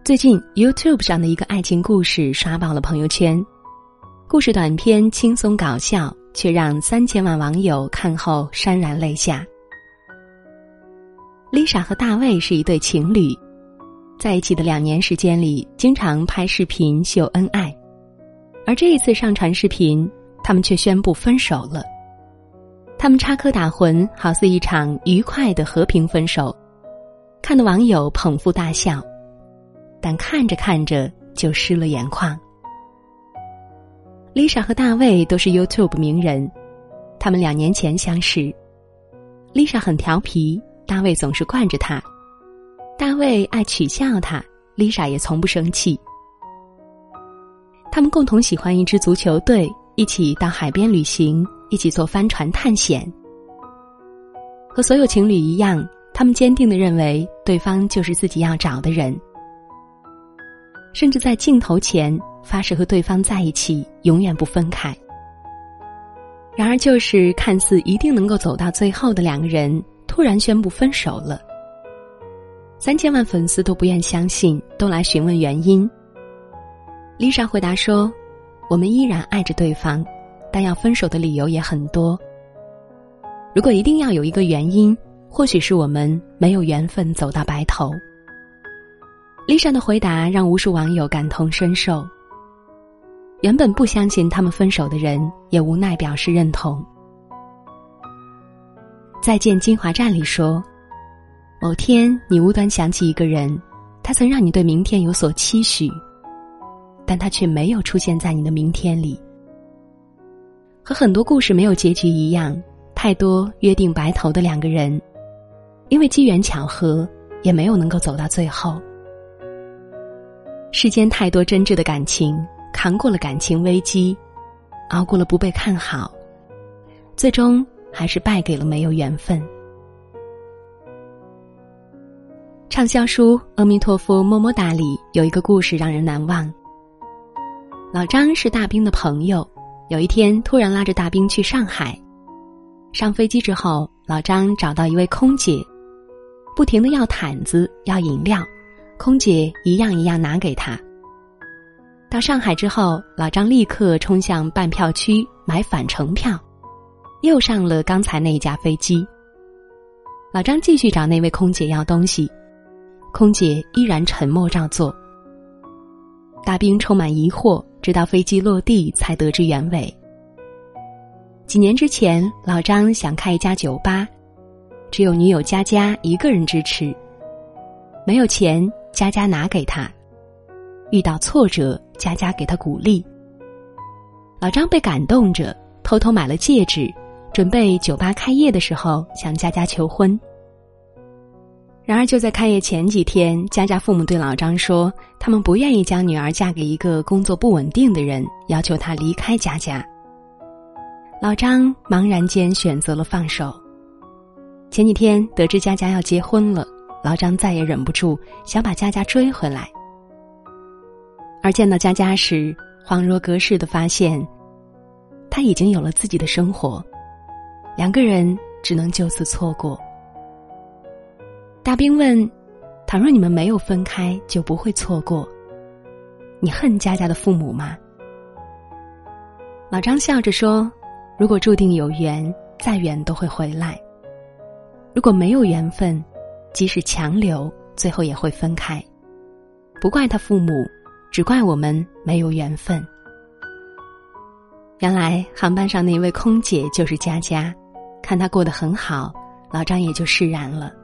最近 YouTube 上的一个爱情故事刷爆了朋友圈，故事短片轻松搞笑，却让3000万网友看后潸然泪下。Lisa 和大卫是一对情侣，在一起的2年时间里，经常拍视频秀恩爱，而这一次上传视频，他们却宣布分手了。他们插科打诨，好似一场愉快的和平分手，看得网友捧腹大笑，但看着看着就湿了眼眶。Lisa 和大卫都是 YouTube 名人，他们2年前相识。Lisa 很调皮，大卫总是惯着她，大卫爱取笑她， Lisa 也从不生气。他们共同喜欢一支足球队，一起到海边旅行，一起坐帆船探险。和所有情侣一样，他们坚定地认为对方就是自己要找的人，甚至在镜头前发誓和对方在一起，永远不分开。然而就是看似一定能够走到最后的2个人，突然宣布分手了。3000万粉丝都不愿相信，都来询问原因。Lisa 回答说，我们依然爱着对方，但要分手的理由也很多。如果一定要有一个原因，或许是我们没有缘分走到白头。Lisa 的回答让无数网友感同身受。原本不相信他们分手的人，也无奈表示认同。再见金华站里说，某天你无端想起一个人，他曾让你对明天有所期许，但他却没有出现在你的明天里。和很多故事没有结局一样，太多约定白头的2个人，因为机缘巧合，也没有能够走到最后。世间太多真挚的感情，扛过了感情危机，熬过了不被看好，最终还是败给了没有缘分。畅销书《阿弥陀佛么么哒》里有一个故事让人难忘。老张是大兵的朋友，有一天突然拉着大兵去上海。上飞机之后，老张找到一位空姐，不停地要毯子要饮料，空姐一样一样拿给他。到上海之后，老张立刻冲向办票区买返程票，又上了刚才那一架飞机。老张继续找那位空姐要东西，空姐依然沉默照做。大兵充满疑惑，直到飞机落地才得知原委。几年之前，老张想开一家酒吧，只有女友佳佳一个人支持，没有钱，佳佳拿给他，遇到挫折，佳佳给他鼓励。老张被感动着，偷偷买了戒指，准备酒吧开业的时候向佳佳求婚。然而就在开业前几天，佳佳父母对老张说，他们不愿意将女儿嫁给一个工作不稳定的人，要求他离开佳佳。老张茫然间选择了放手。前几天得知佳佳要结婚了，老张再也忍不住想把佳佳追回来。而见到佳佳时，恍若隔世地发现，他已经有了自己的生活，2个人只能就此错过。大兵问，倘若你们没有分开，就不会错过，你恨佳佳的父母吗？老张笑着说，如果注定有缘，再远都会回来，如果没有缘分，即使强留，最后也会分开。不怪他父母，只怪我们没有缘分。原来航班上那位空姐就是佳佳，看她过得很好，老张也就释然了。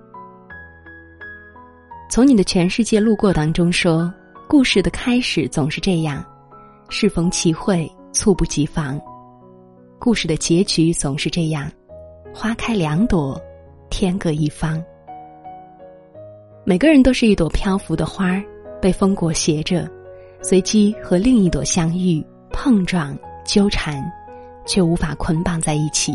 从你的全世界路过当中说，故事的开始总是这样，适逢其会，猝不及防。故事的结局总是这样，花开2朵，天各一方。每个人都是一朵漂浮的花，被风裹挟着，随机和另一朵相遇，碰撞纠缠，却无法捆绑在一起。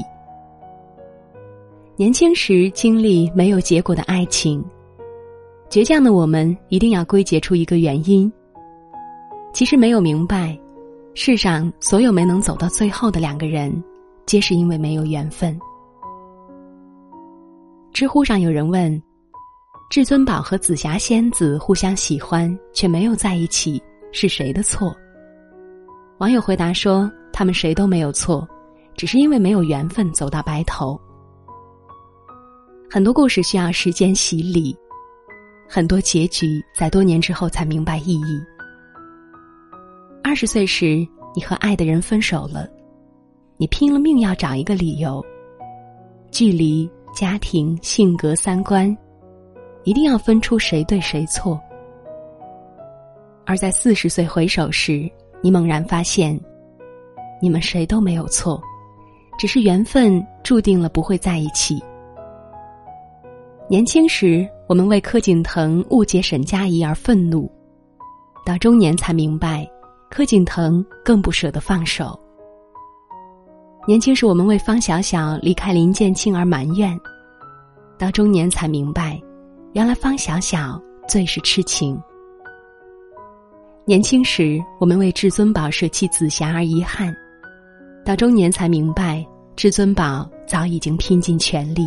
年轻时经历没有结果的爱情，倔强的我们一定要归结出一个原因。其实没有明白，世上所有没能走到最后的2个人，皆是因为没有缘分。知乎上有人问， 至尊宝和紫霞仙子互相喜欢却没有在一起，是谁的错？网友回答说，他们谁都没有错，只是因为没有缘分走到白头。很多故事需要时间洗礼，很多结局在多年之后才明白意义。20岁时，你和爱的人分手了，你拼了命要找一个理由，距离、家庭、性格、三观，一定要分出谁对谁错。而在40岁回首时，你猛然发现，你们谁都没有错，只是缘分注定了不会在一起。年轻时，我们为柯景腾误解沈佳宜而愤怒，到中年才明白，柯景腾更不舍得放手。年轻时，我们为方小小离开林建清而埋怨，到中年才明白，原来方小小最是痴情。年轻时，我们为至尊宝舍弃紫霞而遗憾，到中年才明白，至尊宝早已经拼尽全力。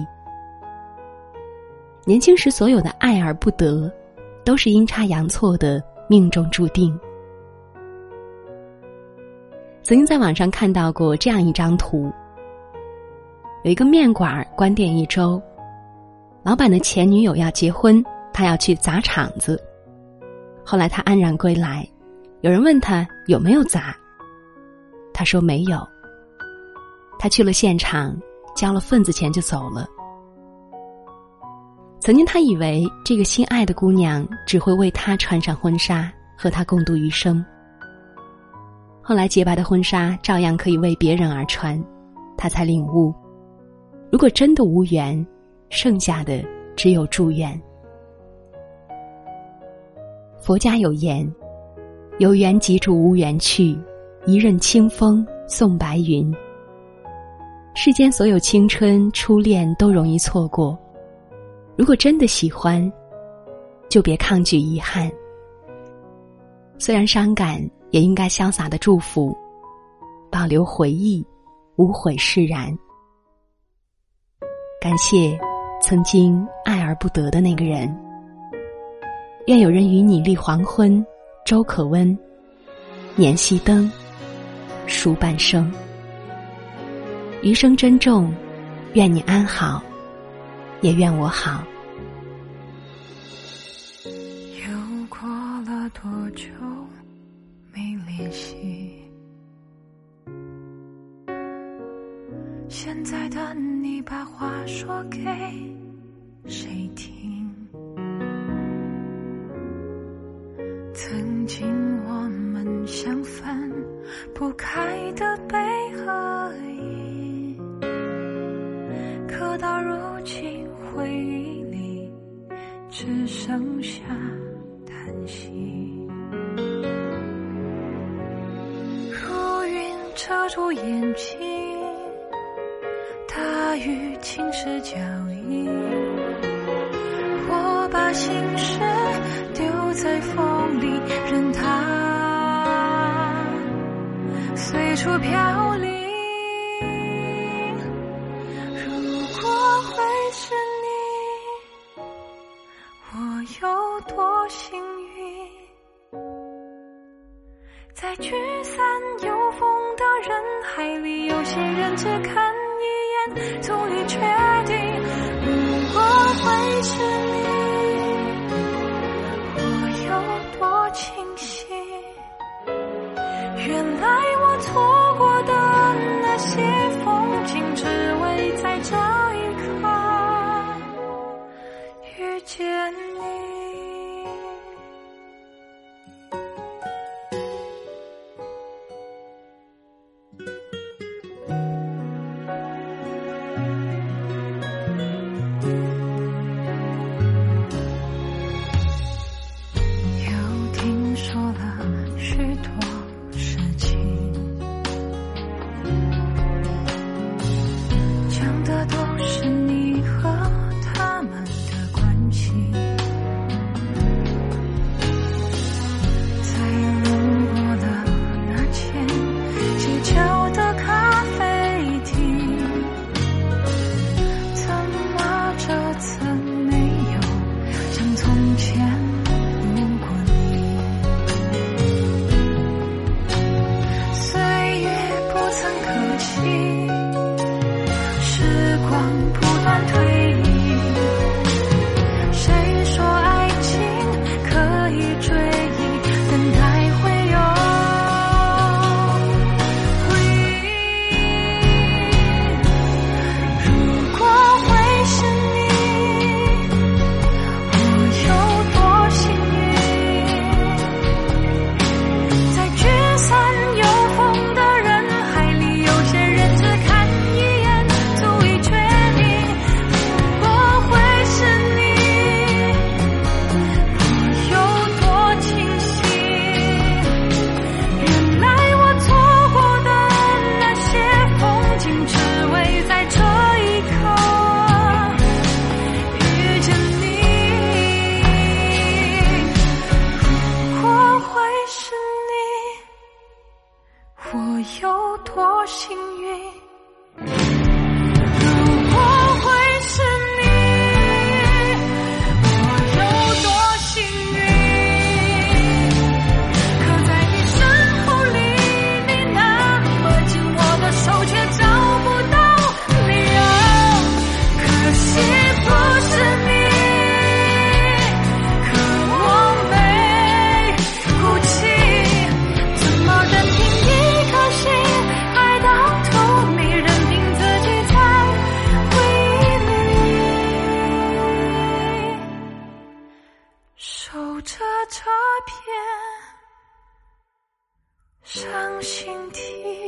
年轻时所有的爱而不得，都是阴差阳错的命中注定。曾经在网上看到过这样一张图，有一个面馆关店1周，老板的前女友要结婚，他要去砸场子。后来他安然归来，有人问他有没有砸，他说没有。他去了现场，交了份子钱就走了。曾经他以为这个心爱的姑娘只会为他穿上婚纱，和他共度余生。后来洁白的婚纱照样可以为别人而穿，他才领悟，如果真的无缘，剩下的只有祝愿。佛家有言，有缘即住无缘去，一任清风送白云。世间所有青春初恋都容易错过，如果真的喜欢，就别抗拒遗憾。虽然伤感，也应该潇洒的祝福，保留回忆，无悔释然。感谢曾经爱而不得的那个人，愿有人与你立黄昏，粥可温，年熄灯，数半生。余生珍重，愿你安好，也愿我好。 又过了多久没联系，现在的你把话说给谁听？曾经我们像分不开的悲和喜，可到如今回忆里只剩下叹息。如云遮住眼睛，大雨侵蚀脚印，我把心事丢在风里，任它随处飘零。如果会是你，我有多幸运，在聚散有风的人海里，有些人只看一眼足以确定。如果会是你，我有多庆幸，原来我错过的那些风景，只为在这一刻遇见你。 伤心地